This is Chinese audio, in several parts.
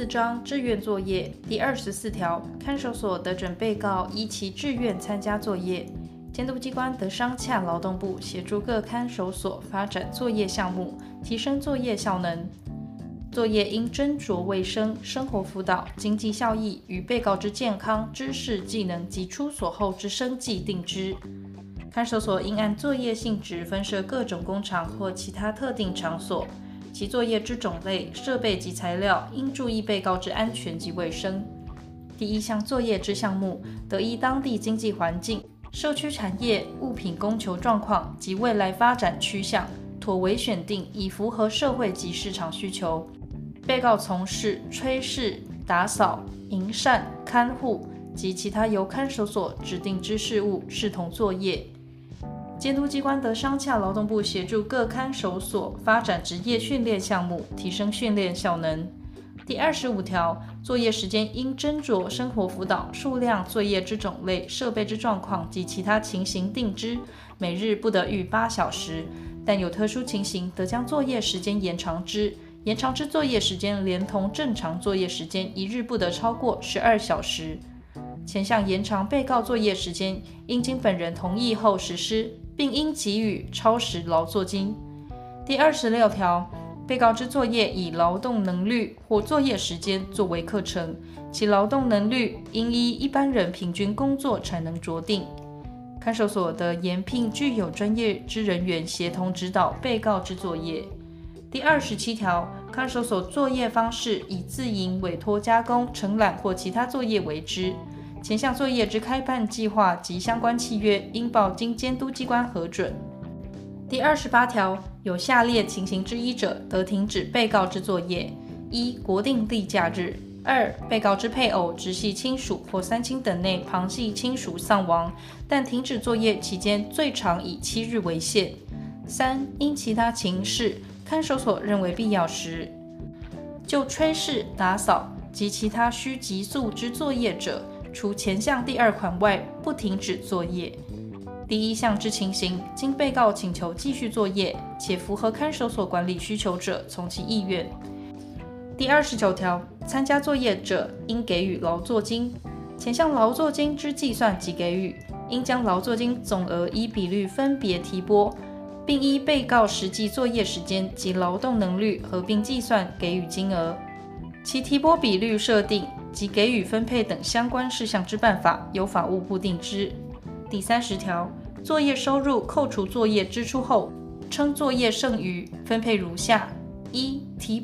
章志愿作业第24条，看守所得准被告依其志愿参加作业，监督机关得商洽劳动部协助各看守所发展作业项目，提升作业效能。作业应斟酌卫生、生活辅导、经济效益与被告之健康、知识、技能及出所后之生计定之。看守所应按作业性质分设各种工厂或其他特定场所，其作业之种类、设备及材料应注意被告之安全及卫生。第一项作业之项目，得依当地经济环境、社区产业、物品供求状况及未来发展趋向，妥为选定，以符合社会及市场需求。被告从事炊事、打扫、营缮、看护及其他由看守所指定之事务，视同作业。监督机关得商洽劳动部协助各看守所发展职业训练项目，提升训练效能。第25条，作业时间应斟酌生活辅导、数量、作业之种类、设备之状况及其他情形定之，每日不得逾8小时，但有特殊情形，得将作业时间延长之。延长之作业时间连同正常作业时间，一日不得超过12小时。前项延长被告作业时间，应经本人同意后实施，并应给予超时劳作金。第26条，被告之作业以劳动能率或作业时间作为课程，其劳动能率应依一般人平均工作产能酌定。看守所得延聘具有专业之人员协同指导被告之作业。第27条，看守所作业方式以自营、委托加工、承揽或其他作业为之。前项作业之开办计划及相关契约，应报经监督机关核准。第28条，有下列情形之一者，得停止被告之作业：一、国定例假日；二、被告之配偶、直系亲属或三亲等内旁系亲属丧亡，但停止作业期间最长以7日为限；三、因其他情事，看守所认为必要时，就炊事、打扫及其他需急速之作业者，除前项第2款外，不停止作业。第一项之情形，经被告请求继续作业，且符合看守所管理需求者，从其意愿。第29条，参加作业者应给予劳作金。前项劳作金之计算及给予，应将劳作金总额依比率分别提拨，并依被告实际作业时间及劳动能率合并计算给予金额。其提拨比率设定及给予分配等相关事项之办法，由法务部定之。第30条，作业收入扣除作业支出后，称作业剩余，分配如下：一、提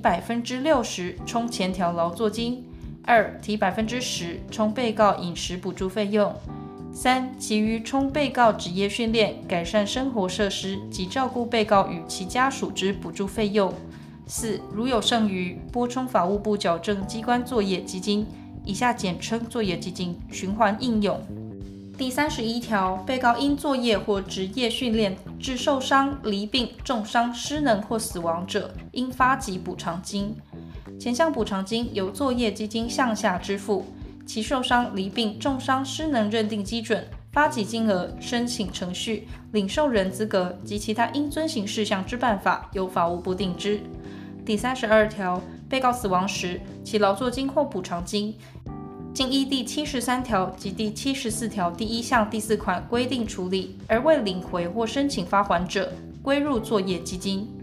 60%充前条劳作金；二、提10%充被告饮食补助费用；三、其余充被告职业训练、改善生活设施及照顾被告与其家属之补助费用；四、如有剩余，拨充法务部矫正机关作业基金（以下简称作业基金）循环应用。第31条，被告因作业或职业训练致受伤、罹病、重伤、失能或死亡者，应发给补偿金。前项补偿金由作业基金向下支付，其受伤、罹病、重伤、失能认定基准、发给金额、申请程序、领受人资格及其他应遵行事项之办法，由法务部定之。第32条，被告死亡时，其劳作金或补偿金经依第73条及第74条第1项第4款规定处理，而未领回或申请发还者，归入作业基金。